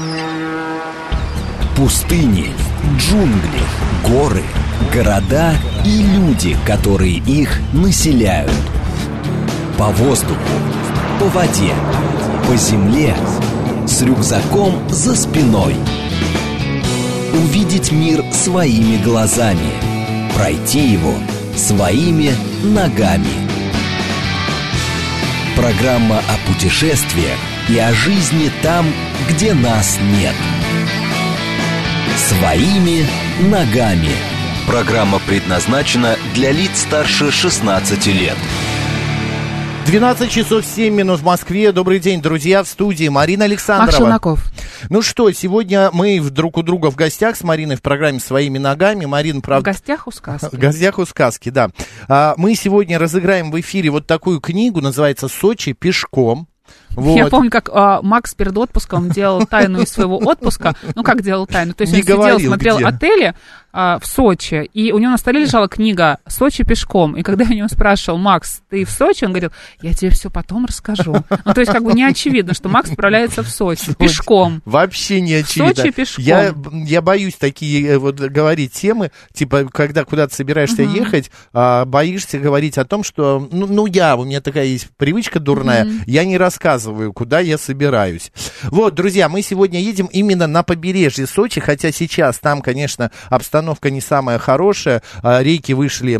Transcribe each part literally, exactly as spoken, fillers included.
Пустыни, джунгли, горы, города и люди, которые их населяют. По воздуху, по воде, по земле, с рюкзаком за спиной. Увидеть мир своими глазами, пройти его своими ногами. Программа о путешествиях и о жизни там, где нас нет. Своими ногами. Программа предназначена для лиц старше шестнадцати лет. двенадцать часов семь минут в Москве. Добрый день, друзья, в студии Марина Александрова. Марк Челноков. Ну что, сегодня мы друг у друга в гостях с Мариной в программе «Своими ногами». Марина, правда... В гостях у сказки. В гостях у сказки, да. А, мы сегодня разыграем в эфире вот такую книгу, называется «Сочи пешком». Вот. Я помню, как а, Макс перед отпуском делал тайну из своего отпуска. Ну, как делал тайну? То есть Не он сидел, говорил, смотрел где. отели а, в Сочи, и у него на столе лежала книга «Сочи пешком». И когда я у него спрашивал: Макс, ты в Сочи? Он говорил: я тебе все потом расскажу. Ну, то есть как бы не очевидно, что Макс отправляется в Сочи пешком. Вообще не очевидно. В Сочи пешком. Я, я боюсь такие вот говорить темы, типа, когда куда-то собираешься uh-huh. ехать, а, боишься говорить о том, что, ну, ну, я, у меня такая есть привычка дурная, uh-huh. я не рассказываю, куда я собираюсь. Вот, друзья, мы сегодня едем именно на побережье Сочи, хотя сейчас там, конечно, обстановка не самая хорошая, а, реки вышли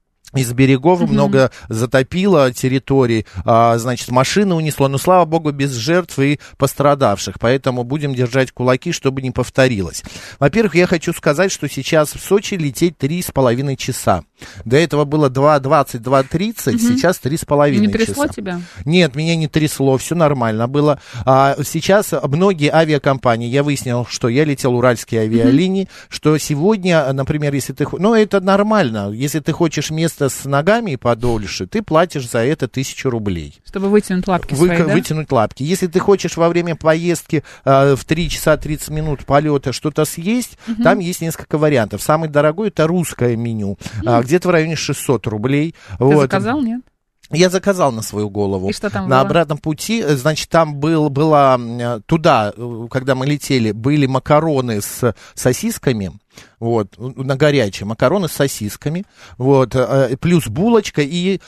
из берегов, mm-hmm. много затопило территорий, а, значит, машины унесло, но, слава богу, без жертв и пострадавших, поэтому будем держать кулаки, чтобы не повторилось. Во-первых, я хочу сказать, что сейчас в Сочи лететь три с половиной часа. До этого было два двадцать, два тридцать, mm-hmm. сейчас три с половиной часа. Не трясло тебя? Нет, меня не трясло, все нормально было. А, сейчас многие авиакомпании, я выяснил, что я летел уральские авиалинии, mm-hmm. что сегодня, например, если ты... Ну, это нормально, если ты хочешь место с ногами и подольше, ты платишь за это тысячу рублей. Чтобы вытянуть лапки Вы, свои, да? Вытянуть лапки. Если ты хочешь во время поездки э, в три часа тридцать минут полета что-то съесть, угу. там есть несколько вариантов. Самый дорогой — это русское меню, mm. э, где-то в районе шестьсот рублей. Ты вот. заказал, нет? Я заказал на свою голову. И что там на было? Обратном пути, значит, там был, была, туда, когда мы летели, были макароны с сосисками, вот, на горячие, макароны с сосисками, вот, плюс булочка и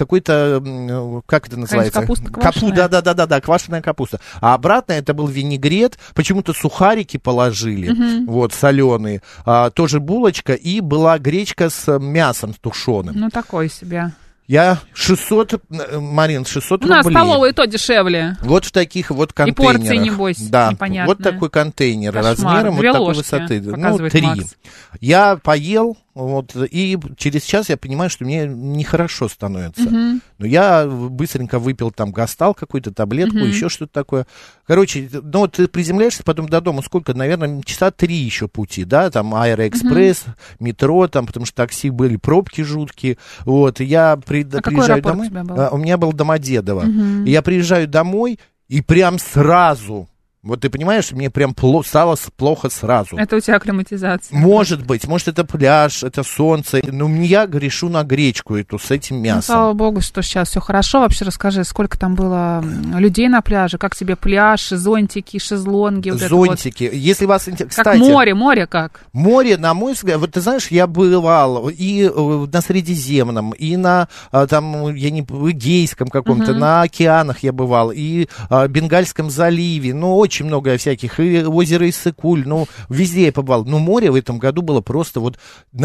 какой-то, как это называется? Капуста квашеная? Капу, да-да-да, квашеная капуста. А обратно это был винегрет, почему-то сухарики положили, угу. вот, соленые, тоже булочка, и была гречка с мясом тушеным. Ну, такой себе. Я шестьсот, Марин, шестьсот рублей. У нас столовая и то дешевле. Вот в таких вот контейнерах. И порции, небось, да, непонятные. вот такой контейнер. Кошмар. Размером Две вот такой ложки, высоты. Ну, три. Макс. Я поел, вот, и через час я понимаю, что мне нехорошо становится. Uh-huh. Но я быстренько выпил там гастал, какую-то таблетку, uh-huh. еще что-то такое. Короче, ну вот ты приземляешься потом до дома, сколько, наверное, часа три еще пути, да, там Аэроэкспресс, uh-huh. метро, там, потому что такси были, пробки жуткие. Вот, и я при, а приезжаю какой домой. У тебя был? А, у меня был Домодедово. Uh-huh. И я приезжаю домой, и прям сразу... Вот ты понимаешь, мне прям пло- стало плохо сразу. Это у тебя акклиматизация. Может быть, может это пляж, это солнце. Но я грешу на гречку эту с этим мясом. Ну, слава богу, что сейчас все хорошо. Вообще расскажи, сколько там было людей на пляже, как тебе пляж, зонтики, шезлонги. Вот зонтики. Вот. Если вас интересует... Как море, море как? Море, на мой взгляд, вот ты знаешь, я бывал и на Средиземном, и на, там, я не, в Эгейском каком-то, uh-huh. на океанах я бывал, и в Бенгальском заливе, ну, очень очень много всяких, и озеро Иссык-Куль, ну, везде я побывал. Но море в этом году было просто вот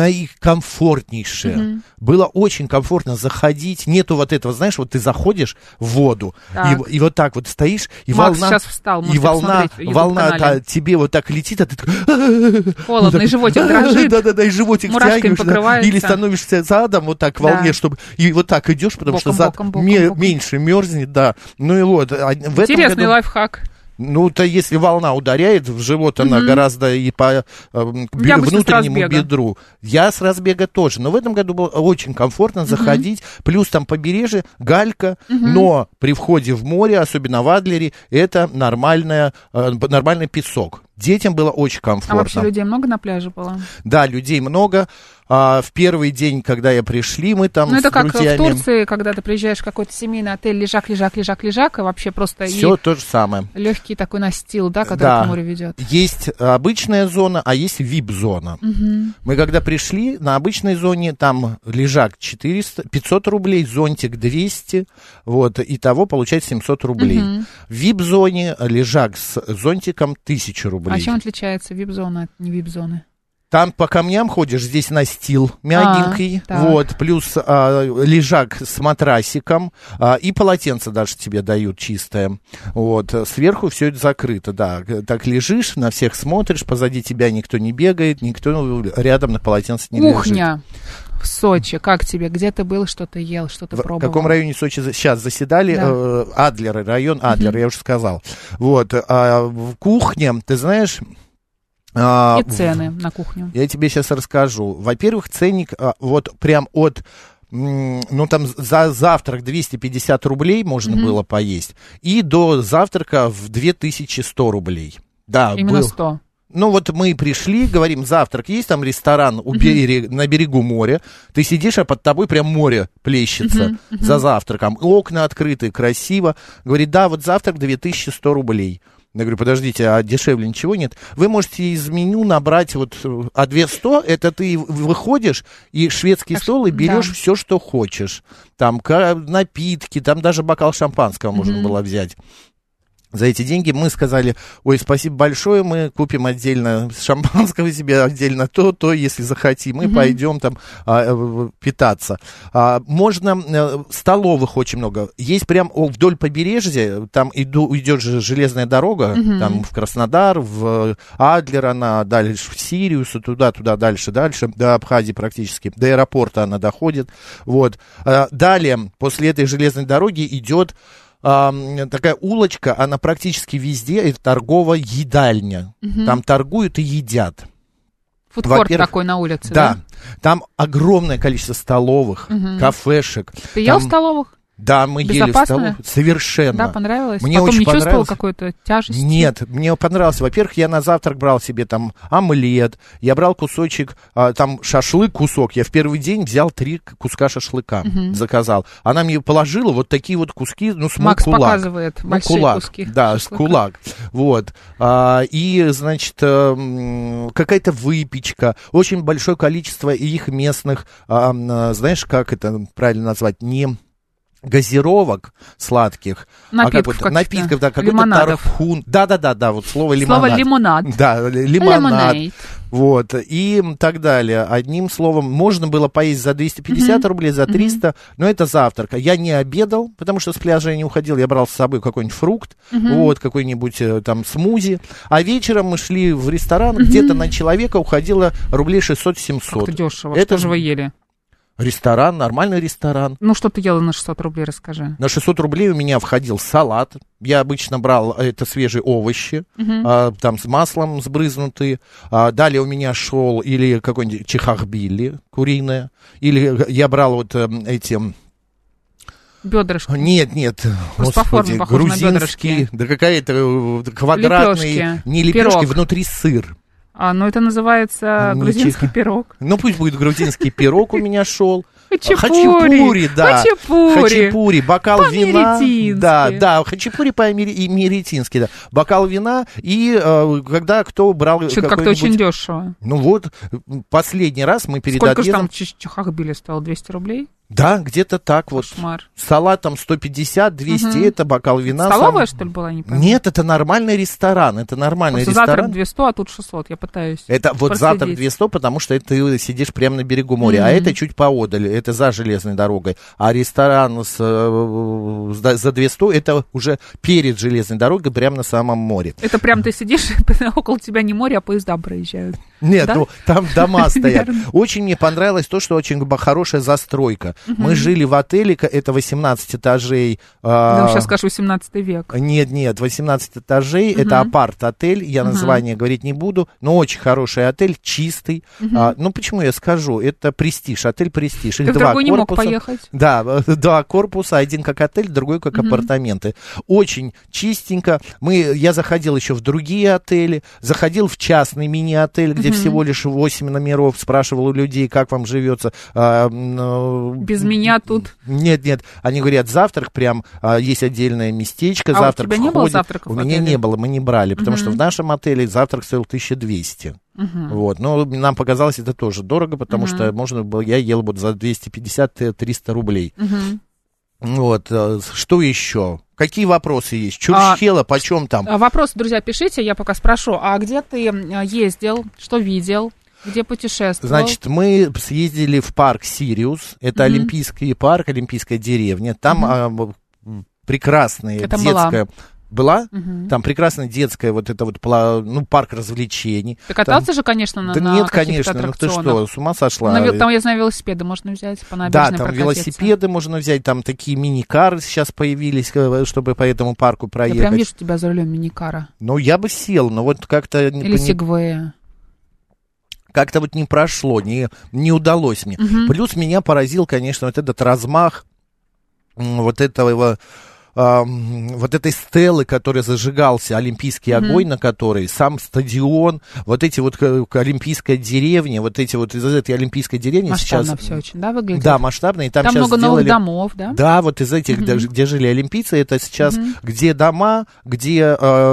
наикомфортнейшее. Mm-hmm. Было очень комфортно заходить. Нету вот этого, знаешь, вот ты заходишь в воду, и, и вот так вот стоишь, и Макс волна... сейчас встал, и волна, волна та, тебе вот так летит, а ты такой... Холодно, и животик дрожит. Да-да-да, и животик тягиваешь. Или становишься задом вот так в волне, чтобы... И вот так идешь, потому что зад меньше мерзнет, да. Ну и вот. Интересный лайфхак. Ну-то если волна ударяет в живот, она mm-hmm. гораздо и по э, бе- внутреннему бедру. Я с разбега тоже. Но в этом году было очень комфортно заходить. Mm-hmm. Плюс там побережье, галька. Mm-hmm. Но при входе в море, особенно в Адлере, это нормальная, э, нормальный песок. Детям было очень комфортно. А вообще людей много на пляже было? Да, людей много. А, в первый день, когда я пришли, мы там ну, с это как друзьями... в Турции, когда ты приезжаешь в какой-то семейный отель, лежак, лежак, лежак, лежак, и вообще просто... Все то же самое. Легкий такой настил, да, который да. к морю ведет. Есть обычная зона, а есть ви ай пи-зона. Угу. Мы когда пришли, на обычной зоне там лежак четыреста, пятьсот рублей, зонтик двести, вот, итого получается семьсот рублей. Угу. В ви ай пи-зоне лежак с зонтиком тысяча рублей. А чем отличается ви ай пи-зона от не ви ай пи-зоны? Там по камням ходишь, здесь настил мягенький, а, вот, плюс а, лежак с матрасиком, а, и полотенце даже тебе дают чистое, вот, сверху все это закрыто, да, так лежишь, на всех смотришь, позади тебя никто не бегает, никто рядом на полотенце не лежит. Кухня в Сочи, как тебе, где ты был, что ты ел, что ты в пробовал? В каком районе Сочи сейчас заседали? Да. Э, Адлер, район Адлер, uh-huh. я уже сказал, вот, а в кухне, ты знаешь... И цены на кухню. Я тебе сейчас расскажу. Во-первых, ценник вот прям от, ну там за завтрак двести пятьдесят рублей можно mm-hmm. было поесть, и до завтрака в две тысячи сто рублей. Да, именно был. сто. Ну вот мы пришли, говорим, завтрак есть, там ресторан у берег, mm-hmm. на берегу моря, ты сидишь, а под тобой прям море плещется mm-hmm. Mm-hmm. за завтраком, окна открыты, красиво. Говорит, да, вот завтрак две тысячи сто рублей. Я говорю, подождите, а дешевле ничего нет? Вы можете из меню набрать вот, а двести сто, это ты выходишь и шведский так, стол и берешь да. все, что хочешь. Там напитки, там даже бокал шампанского mm-hmm. можно было взять. За эти деньги мы сказали, ой, спасибо большое, мы купим отдельно шампанского себе, отдельно то, то, если захотим, мы mm-hmm. пойдем там а, питаться. А, можно, а, столовых очень много. Есть прям вдоль побережья, там иду, идет же железная дорога, mm-hmm. там в Краснодар, в Адлер, она дальше в Сириус, туда, туда, дальше, дальше, до Абхазии практически, до аэропорта она доходит. Вот. А, далее, после этой железной дороги идет А, такая улочка, она практически везде, это торговая едальня. Угу. Там торгуют и едят. Фудкорт такой на улице, да? Да, там огромное количество столовых, угу. кафешек. Ты ел там... в столовых? Да, мы ели в столовых. Совершенно. Да, понравилось? Мне Потом очень не понравилось. чувствовал какой-то тяжести? Нет, мне понравилось. Во-первых, я на завтрак брал себе там омлет, я брал кусочек, а, там шашлык кусок. Я в первый день взял три куска шашлыка, угу. заказал. Она мне положила вот такие вот куски, ну, с мой Макс кулак. показывает ну, большие кулак, куски да, шашлыка. С кулак. Вот. А, и, значит, какая-то выпечка, очень большое количество их местных, а, знаешь, как это правильно назвать, не... газировок сладких, напитков, а как вот, напитков, да, какой-то лимонадов. тархун, да-да-да, вот слово лимонад. Слово лимонад. Да, лимонад. Lemonade. Вот, и так далее. Одним словом, можно было поесть за двести пятьдесят mm-hmm. рублей, за триста, mm-hmm. но это завтрак. Я не обедал, потому что с пляжа я не уходил, я брал с собой какой-нибудь фрукт, mm-hmm. вот, какой-нибудь там смузи, а вечером мы шли в ресторан, mm-hmm. где-то на человека уходило рублей шестьсот-семьсот. Как-то дешево, это что же вы ели? Ресторан, нормальный ресторан. Ну, что ты ела на шестьсот рублей, расскажи. На шестьсот рублей у меня входил салат. Я обычно брал, это свежие овощи, uh-huh. а, там с маслом сбрызнутые. А, далее у меня шел или какой-нибудь чихахбили куриное, или я брал вот а, эти... Бедрышки. Нет, нет, просто господи, по форме грузинские, да какая-то квадратные, лепешки. не лепешки, Пирог. внутри сыр. А, ну это называется Не грузинский чих... пирог. Ну пусть будет грузинский пирог у меня шел. Хачапури, хачапури, да. Хачапури, хачапури, бокал вина. Да, да, да, хачапури по-эмеретински, да. Бокал вина, и э, когда кто брал... Что-то как-то очень дешево. Ну вот, последний раз мы перед Сколько отъездом... же там чихахбили стоил? двести рублей? Да, где-то так вот. Кошмар. Салат там сто пятьдесят, двести, угу. это бокал вина. Столовая, сам... что ли, была? Не помню. Нет, это нормальный ресторан, это нормальный просто ресторан. Завтрак двести, а тут шестьсот, я пытаюсь Это вот проследить. завтрак двести, потому что ты сидишь прямо на берегу моря, mm-hmm. а это чуть поодаль, это за железной дорогой. А ресторан с, за двести, это уже перед железной дорогой, прямо на самом море. Это прям ты сидишь, около тебя не море, а поезда проезжают. Нет, да? ну там дома стоят. Наверное. Очень мне понравилось то, что очень хорошая застройка. Угу. Мы жили в отеле, это восемнадцать этажей. Да, а... сейчас скажу, восемнадцатый век. Нет, нет, восемнадцать этажей, угу. это апарт-отель, я угу. название говорить не буду, но очень хороший отель, чистый. Угу. А, ну, почему я скажу? Это престиж, отель престиж. Их Ты два в другой корпуса. не мог поехать? Да, два корпуса, один как отель, другой как угу. апартаменты. Очень чистенько. Мы, я заходил еще в другие отели, заходил в частный мини-отель, где mm-hmm. всего лишь восемь номеров, спрашивал у людей, как вам живется. А, ну, без меня тут? Нет, нет, они говорят, завтрак прям, а, есть отдельное местечко, а завтрак у тебя входит. Не было завтраков у в меня отеле? Не было, мы не брали, потому mm-hmm. что в нашем отеле завтрак стоил тысяча двести. Uh-huh. Вот. Но нам показалось это тоже дорого, потому uh-huh. что можно было, я ел вот за двести пятьдесят - триста рублей. Uh-huh. Вот, что еще? Какие вопросы есть? Чурчхела, а, почем там? Вопросы, друзья, пишите, я пока спрошу. А где ты ездил, что видел, где путешествовал? Значит, мы съездили в парк Сириус, это mm-hmm. Олимпийский парк, Олимпийская деревня. Там mm-hmm. а, прекрасная это детская... Была. Была? Угу. Там прекрасная детская вот это вот, ну, парк развлечений. Ты катался там... же, конечно, на Да на нет, конечно, ну ты что, с ума сошла? На, там, я знаю, велосипеды можно взять по набережной. Да, там прокатиться. велосипеды можно взять, там такие мини-кары сейчас появились, чтобы по этому парку проехать. Я прям вижу тебя за рулем мини-кара. Ну, я бы сел, но вот как-то... Или не... сегвея. Как-то вот не прошло, не, не удалось мне. Угу. Плюс меня поразил, конечно, вот этот размах вот этого... вот этой стелы, которая зажигался, олимпийский mm-hmm. огонь, на которой, сам стадион, вот эти вот олимпийская деревня, вот эти вот из этой олимпийской деревни масштабно сейчас... все очень, да, выглядит? Да, масштабно. И там, там сейчас много сделали... новых домов, да? Да, вот из этих, mm-hmm. где, где жили олимпийцы, это сейчас mm-hmm. где дома, где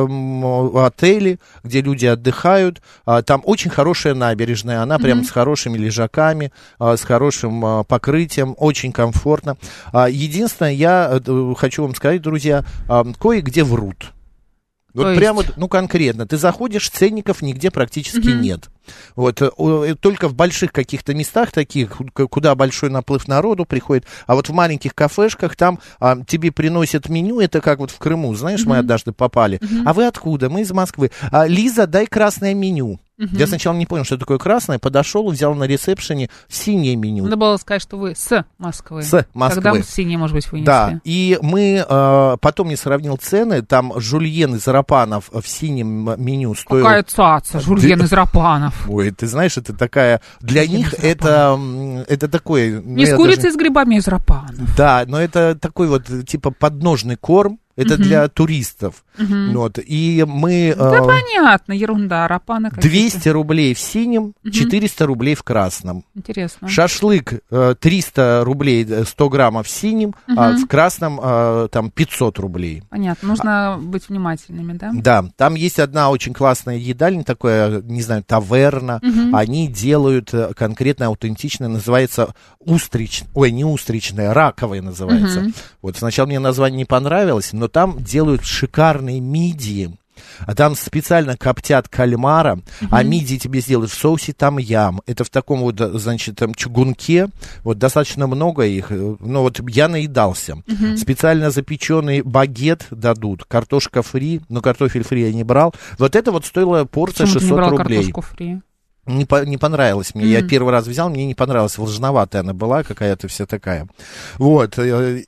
э, отели, где люди отдыхают. А, там очень хорошая набережная, она mm-hmm. прям с хорошими лежаками, а, с хорошим а, покрытием, очень комфортно. А, единственное, я а, хочу вам сказать, друзья, кое-где врут. Вот То прям есть... вот, ну, конкретно. Ты заходишь, ценников нигде практически mm-hmm. нет. Вот, только в больших каких-то местах таких, куда большой наплыв народу приходит, а вот в маленьких кафешках там а, тебе приносят меню, это как вот в Крыму, знаешь, mm-hmm. мы однажды попали. Mm-hmm. А вы откуда? Мы из Москвы. А, Лиза, дай красное меню. Uh-huh. Я сначала не понял, что такое красное, подошел, взял на ресепшене синее меню. Надо было сказать, что вы с Москвы. С Москвы. Тогда синее, может быть, вынесли. Да, и мы, э, потом я сравнил цены, там жульен из рапанов в синем меню стоил... Какая цаца, жульен из рапанов. Ой, ты знаешь, это такая... Для них это, это такое... Не с курицей, с грибами, из рапанов. Да, но это такой вот, типа, подножный корм. Это uh-huh. для туристов. Uh-huh. Вот. И мы... Да, э, понятно, ерунда, рапаны какие-то. двести рублей в синем, uh-huh. четыреста рублей в красном. Интересно. Шашлык э, триста рублей, сто граммов в синем, uh-huh. а в красном э, там пятьсот рублей. Понятно, нужно а, быть внимательными, да? Да, там есть одна очень классная едальня, такое, не знаю, таверна. Uh-huh. Они делают конкретно аутентично, называется устрич... Ой, не устричная, раковая называется. Uh-huh. Вот сначала мне название не понравилось, но там делают шикарные мидии. А там специально коптят кальмара, uh-huh. а мидии тебе сделают в соусе там-ям. Это в таком вот, значит, там чугунке. Вот достаточно много их. Ну вот я наедался. Uh-huh. Специально запеченный багет дадут. Картошка фри. Но картофель фри я не брал. Вот это вот стоило порция шестьсот рублей. Почему ты не брал рублей. Картошку фри? Не, по, не понравилось мне. Mm. Я первый раз взял, мне не понравилось. Влажноватая она была, какая-то вся такая. Вот.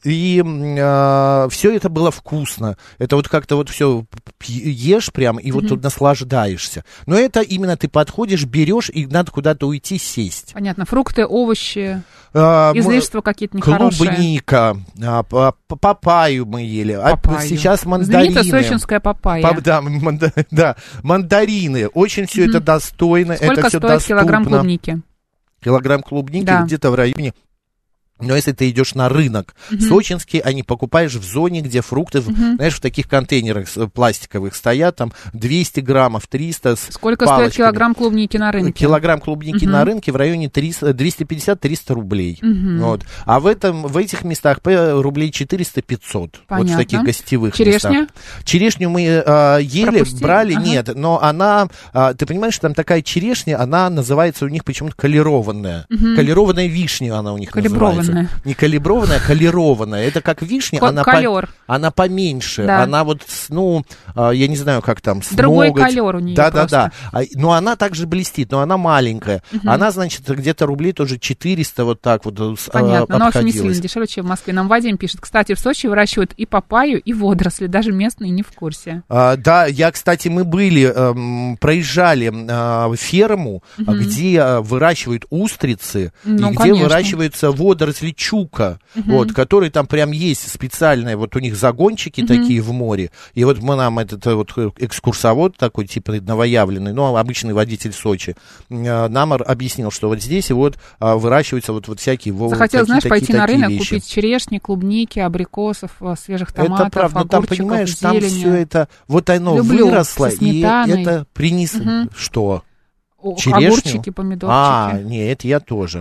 И э, все это было вкусно. Это вот как-то вот все ешь прям, и mm-hmm. вот тут наслаждаешься. Но это именно ты подходишь, берешь, и надо куда-то уйти, сесть. Понятно. Фрукты, овощи, а, излишества какие-то нехорошие. Клубника, а, папайю мы ели. Папайю. А сейчас мандарины. Знаменитая сочинская папайя. Пап, да, манда, да, мандарины. Очень все mm-hmm. это достойно. Сколько это стоит доступно. Килограмм клубники? Килограмм клубники да. где-то в районе... Но если ты идешь на рынок uh-huh. сочинский, они покупаешь в зоне, где фрукты, uh-huh. знаешь, в таких контейнерах пластиковых стоят, там двести граммов, триста. Сколько стоит килограмм клубники на рынке? Килограмм клубники uh-huh. на рынке в районе двести пятьдесят - триста рублей. Uh-huh. Вот. А в, этом, в этих местах рублей четыреста-пятьсот. Вот в таких гостевых Черешня? местах. Черешню мы э, ели, Пропустили? брали, ага. нет, но она, э, ты понимаешь, что там такая черешня, она называется у них почему-то колерованная. Uh-huh. Колерованная вишня она у них называется. Калиброванная. Не калиброванная, а колерованная. Это как вишня, Ко- она, колер. по, она поменьше. Да. Она вот, ну, я не знаю, как там, с Другой ноготь. колер у нее Да, просто. да, да. Но она также блестит, но она маленькая. Угу. Она, значит, где-то рублей тоже четыреста вот так вот Понятно, но вообще не обходилась. сильно дешевле, чем в Москве. Нам Вадим пишет, кстати, в Сочи выращивают и папайю, и водоросли, даже местные не в курсе. А, да, я, кстати, мы были, эм, проезжали э, ферму, угу. где э, выращивают устрицы, ну, и где конечно. выращиваются водоросли чука, угу. вот, которые там прям есть специальные, вот у них загончики угу. такие в море. И вот мы нам этот вот экскурсовод такой, типа новоявленный, ну, обычный водитель Сочи, э, нам объяснил, что вот здесь вот э, выращиваются вот, вот всякие вот захотел, такие, знаешь, такие, пойти на рынок, вещи. купить черешни, клубники, абрикосов, свежих томатов, это правда, но там, понимаешь, зелени. там все это, вот оно Люблю выросло, и это принес... Угу. Что? О, Черешню? Огурчики, помидорчики. А, нет, я тоже.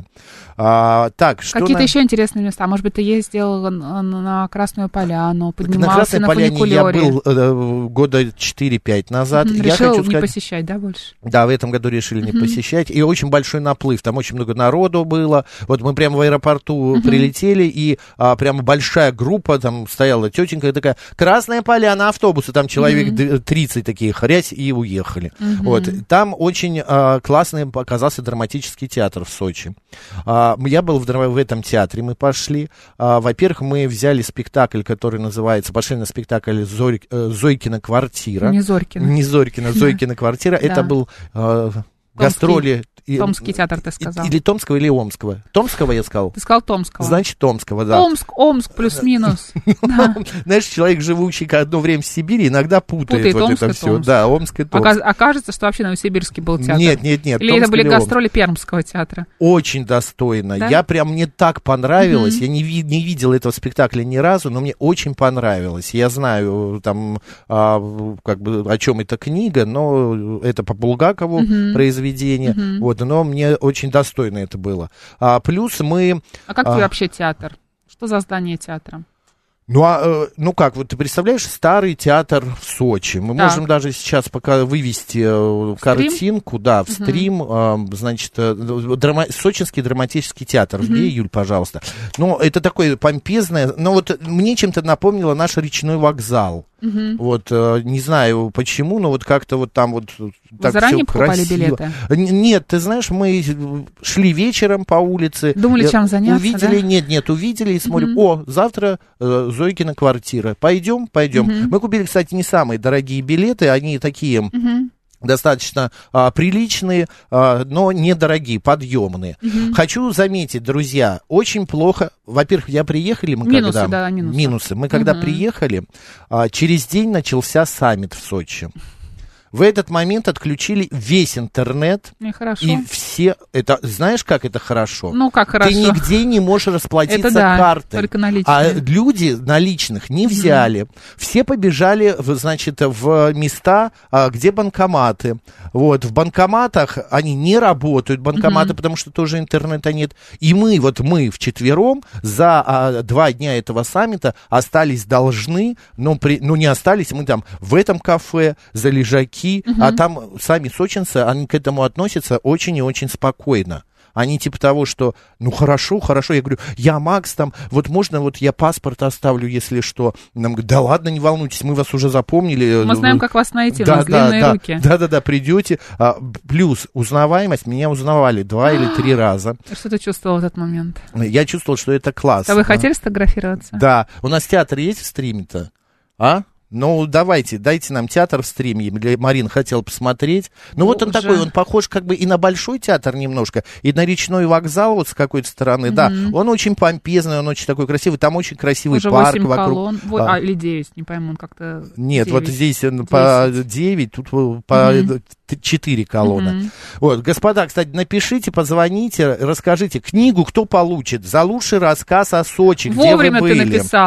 А, так, что Какие-то на... еще интересные места? Может быть, ты ездил на, на Красную Поляну, поднимался на Красной на Поляне фуникулёре. я был э, года четыре-пять назад. Mm-hmm. Я Решил хочу не сказать... посещать, да, больше? Да, в этом году решили Mm-hmm. не посещать. И очень большой наплыв. Там очень много народу было. Вот мы прямо в аэропорту mm-hmm. прилетели, и а, прямо большая группа, там стояла тетенька такая, Красная Поляна, автобусы. Там человек mm-hmm. тридцать такие, хрясь, и уехали. Mm-hmm. Вот. Там очень а, классный оказался драматический театр в Сочи. А, я был в, в этом театре, мы пошли. А, во-первых, мы взяли спектакль, который называется, пошли на спектакль Зорь, э, «Зойкина квартира». Не Зорькина. Не Зорькина, «Зойкина квартира». Это был э, гастроли... Томский театр, ты сказал. Или Томского, или Омского. Томского я сказал? Ты сказал Томского. Значит, Томского, да. Омск, Омск, плюс-минус. Знаешь, человек, живущий одно время в Сибири, иногда путает вот это все. Да, Омск и Томск. Окажется, что вообще Новосибирский был театр. Нет, нет, нет. Или это были гастроли Пермского театра? Очень достойно. Я прям, мне так понравилось. Я не видел этого спектакля ни разу, но мне очень понравилось. Я знаю, там, как бы, о чем эта книга, но это по Булгакову произведение. Вот. Но мне очень достойно это было. А, плюс мы... А как тебе а... вообще театр? Что за здание театра? Ну, а, ну как, вот ты представляешь, старый театр в Сочи. Мы так. можем даже сейчас пока вывести в картинку, стрим? да, в угу. стрим, а, значит, драма... Сочинский драматический театр. Угу. Вбей, Юль, пожалуйста. Ну, это такое помпезное, но вот мне чем-то напомнило наш речной вокзал. Угу. Вот, не знаю почему, но вот как-то вот там вот Вы так заранее все покупали красиво. билеты? Нет, ты знаешь, мы шли вечером по улице. Думали, чем заняться, увидели, да? Нет, нет, увидели и смотрим, угу. о, завтра э, Зойкина квартира. Пойдем, пойдем. Угу. Мы купили, кстати, не самые дорогие билеты, они такие... Угу. достаточно а, приличные, а, но недорогие, подъемные. Угу. Хочу заметить, друзья, очень плохо. Во-первых, я приехали, мы минусы, когда... Да, минусы. Минусы. Мы когда угу. приехали, а, через день начался саммит в Сочи. В этот момент отключили весь интернет. И, хорошо. И все... Это, знаешь, как это хорошо? Ну, как хорошо. Ты нигде не можешь расплатиться это да, картой. Только наличные. А люди наличных не взяли. Mm-hmm. Все побежали, значит, в места, где банкоматы. Вот, в банкоматах они не работают, банкоматы, mm-hmm. потому что тоже интернета нет. И мы, вот мы вчетвером за а, два дня этого саммита остались должны, но, при, ну, не остались, мы там в этом кафе, за лежаки, Uh-huh. а там сами сочинцы, они к этому относятся очень и очень спокойно. Они типа того, что, ну, хорошо, хорошо. Я говорю, я Макс, там, вот можно, вот я паспорт оставлю, если что. Нам говорят, да ладно, не волнуйтесь, мы вас уже запомнили. Мы знаем, как вас найти, да, у нас да, длинные да, руки. Да-да-да, придете. А, плюс узнаваемость, меня узнавали два или три раза. Что ты чувствовал в этот момент? Я чувствовал, что это классно. А вы хотели сфотографироваться? Да. У нас театр есть в стриме-то? А? Ну, давайте, дайте нам театр в стриме. Марина хотела посмотреть. Ну, ну вот он уже... такой, он похож как бы и на Большой театр немножко, и на речной вокзал вот с какой-то стороны. Mm-hmm. Да, он очень помпезный, он очень такой красивый. Там очень красивый уже парк восемь вокруг. Колонн. А, а, или девять, не пойму, он как-то... Нет, девять. Вот здесь он по девять, тут по mm-hmm. четыре колонны. Mm-hmm. Вот, господа, кстати, напишите, позвоните, расскажите. Книгу кто получит? За лучший рассказ о Сочи, Вовремя где вы были? Ты написал.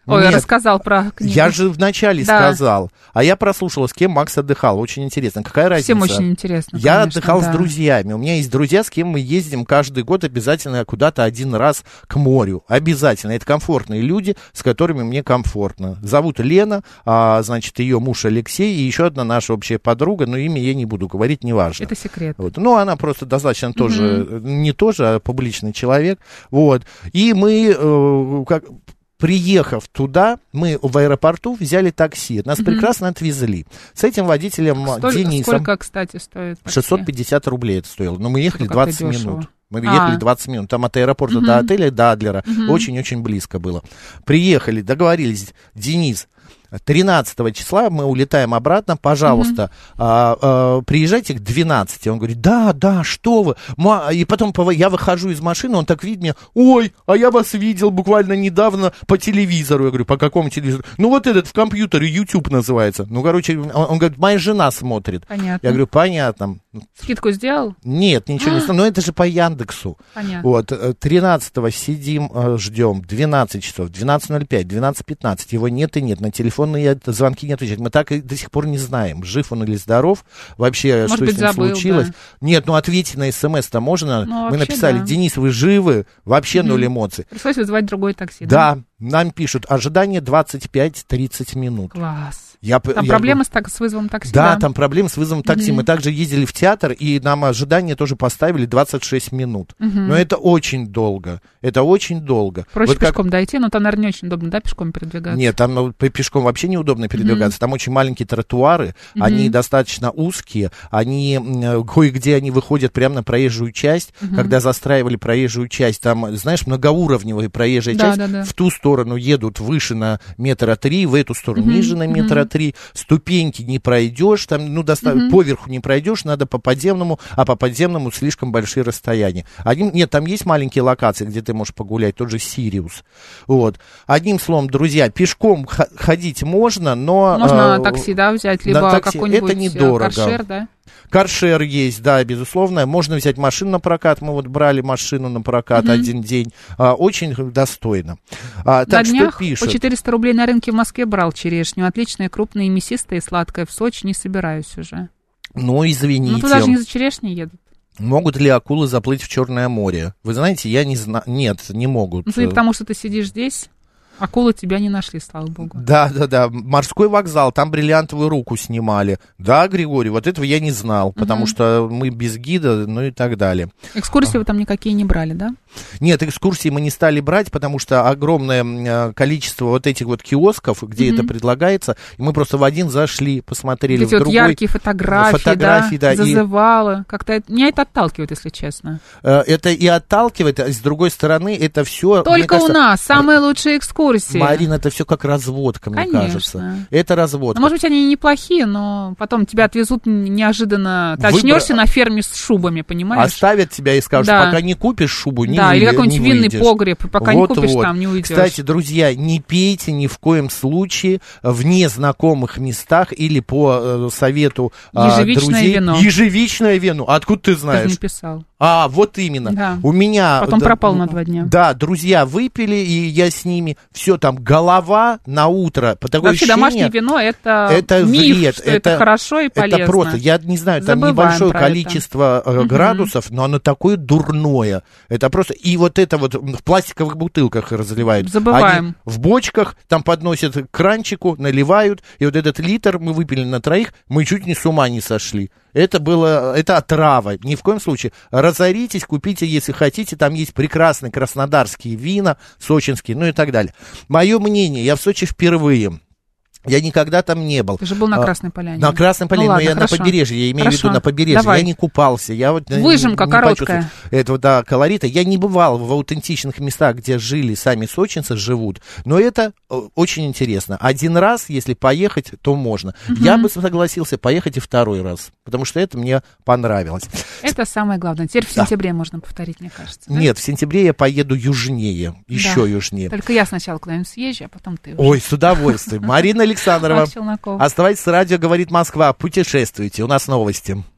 Ой, Нет, рассказал про книгу. Я же вначале Да. сказал. А я прослушала, с кем Макс отдыхал. Очень интересно. Какая разница? Всем очень интересно, Я конечно, отдыхал да. с друзьями. У меня есть друзья, с кем мы ездим каждый год обязательно куда-то один раз к морю. Обязательно. Это комфортные люди, с которыми мне комфортно. Зовут Лена, а, значит, ее муж Алексей и еще одна наша общая подруга, но имя я не буду говорить, неважно. Это секрет. Вот. Ну, она просто достаточно тоже, не тоже, а публичный человек. Вот. И мы, э, как... Приехав туда, мы в аэропорту взяли такси. Нас mm-hmm. прекрасно отвезли. С этим водителем Столь, Денисом... Сколько, кстати, стоит такси? шестьсот пятьдесят рублей это стоило. Но мы ехали Что, двадцать дешево. минут. Мы А. ехали двадцать минут. Там от аэропорта mm-hmm. до отеля, до Адлера. Mm-hmm. Очень-очень близко было. Приехали, договорились. Денис... тринадцатого числа мы улетаем обратно, пожалуйста, mm-hmm. а, а, приезжайте к двенадцати. Он говорит, да, да, что вы. Ма... И потом я выхожу из машины, он так видит меня, ой, а я вас видел буквально недавно по телевизору. Я говорю, по какому телевизору? Ну, вот этот в компьютере, YouTube называется. Ну, короче, он, он говорит, моя жена смотрит. Понятно. Я говорю, понятно. Скидку сделал? Нет, ничего не сделал. Но это же по Яндексу. Понятно. Вот, тринадцатого сидим, ждем, двенадцать часов, двенадцать ноль пять, двенадцать пятнадцать, его нет и нет, на телефонные звонки не отвечать. Мы так и до сих пор не знаем, жив он или здоров, вообще, Может что быть, с ним забыл, случилось. да. Нет, ну ответьте на смс-то можно. Ну, мы вообще, написали, да. Денис, вы живы? Вообще Угу. ноль эмоций. Пришлось вызывать другое такси, да? Да, нам пишут, ожидание двадцать пять тридцать минут. Класс. Я, Там я проблемы говорю, с, так, с вызовом такси, да, да? там проблемы с вызовом такси. Угу. Мы также ездили в театр, и нам ожидание тоже поставили двадцать шесть минут. Угу. Но это очень долго. Это очень долго. Проще Вот как... пешком дойти, но там, наверное, не очень удобно, да, пешком передвигаться? Нет, там ну, пешком вообще неудобно передвигаться. Mm-hmm. Там очень маленькие тротуары, mm-hmm. они достаточно узкие, они кое-где они выходят прямо на проезжую часть. Mm-hmm. Когда застраивали проезжую часть, там, знаешь, многоуровневая проезжая да, часть, да, да. в ту сторону едут выше на метра три, в эту сторону mm-hmm. ниже на метра три. Ступеньки не пройдешь, там, ну, доста... mm-hmm. поверху не пройдешь, надо по подземному, а по подземному слишком большие расстояния. Один... Нет, там есть маленькие локации, где ты можешь погулять, тот же Сириус. Вот. Одним словом, друзья, пешком х- ходить можно, но... Можно э, на такси, да, взять, либо такси. какой-нибудь это недорого. каршер, да? Каршер есть, да, безусловно. Можно взять машину на прокат. Мы вот брали машину на прокат mm-hmm. один день. А, очень достойно. А, так, на днях что пишут? По четыреста рублей на рынке в Москве брал черешню. Отличная, крупная, мясистая и сладкая. В Сочи не собираюсь уже. Ну, извините. Ну, туда же не за черешней едут. Могут ли акулы заплыть в Черное море? Вы знаете, я не знаю. Нет, не могут. Ну, судя по тому, что ты сидишь здесь... Акулы тебя не нашли, слава богу. Да, да, да. Морской вокзал, там бриллиантовую руку снимали. Да, Григорий, вот этого я не знал, потому угу. что мы без гида, ну и так далее. Экскурсии вы там никакие не брали, да? Нет, экскурсии мы не стали брать, потому что огромное количество вот этих вот киосков, где угу. это предлагается, и мы просто в один зашли, посмотрели, эти в вот другой. яркие фотографии, фотографии да, да, зазывало. И... Как-то это... Меня это отталкивает, если честно. Это и отталкивает, а с другой стороны, это все... Только кажется, у нас самые лучшие экскурсии. Марина, это все как разводка, мне Конечно. кажется. Это разводка. Ну, может быть, они неплохие, но потом тебя отвезут неожиданно. Ты очнешься Выбор... на ферме с шубами, понимаешь? Оставят тебя и скажут, да. пока не купишь шубу, не Да, выйдешь, или какой-нибудь винный выйдешь. погреб, пока вот, не купишь, вот. там не уйдешь. Кстати, друзья, не пейте ни в коем случае в незнакомых местах или по э, совету э, Ежевичное друзей. вино. Ежевичное вино. Откуда ты знаешь? Ты же не писал. А, вот именно. Да. У меня... Потом да, пропал на два дня. Да, друзья выпили, и я с ними. Все там, голова на утро. Такое Вообще ощущение, домашнее вино это, это миф, вред, что это, это хорошо и полезно. Это просто, я не знаю, там Забываем небольшое про количество это. градусов, но оно такое дурное. Это просто... И вот это вот в пластиковых бутылках разливают. Забываем. Они в бочках, там подносят к кранчику, наливают, и вот этот литр мы выпили на троих, мы чуть не с ума не сошли. Это было, это отрава, ни в коем случае. Разоритесь, купите, если хотите, там есть прекрасные краснодарские вина, сочинские, ну и так далее. Мое мнение, я в Сочи впервые. Я никогда там не был. Ты же был на Красной Поляне. На Красной Поляне, ну, ладно, но я хорошо. На побережье, я имею хорошо. в виду на побережье. Давай. Я не купался. Я вот Выжимка не, не короткая. Этого, да, колорита. Я не бывал в аутентичных местах, где жили сами сочинцы, живут. Но это очень интересно. Один раз, если поехать, то можно. Угу. Я бы согласился поехать и второй раз, потому что это мне понравилось. Это самое главное. Теперь в сентябре да. можно повторить, мне кажется. Да? Нет, в сентябре я поеду южнее, еще да. южнее. Только я сначала куда-нибудь съезжу, а потом ты уже. Ой, с удовольствием. Марина Александрова. Оставайтесь с радио «Говорит Москва». Путешествуйте. У нас новости.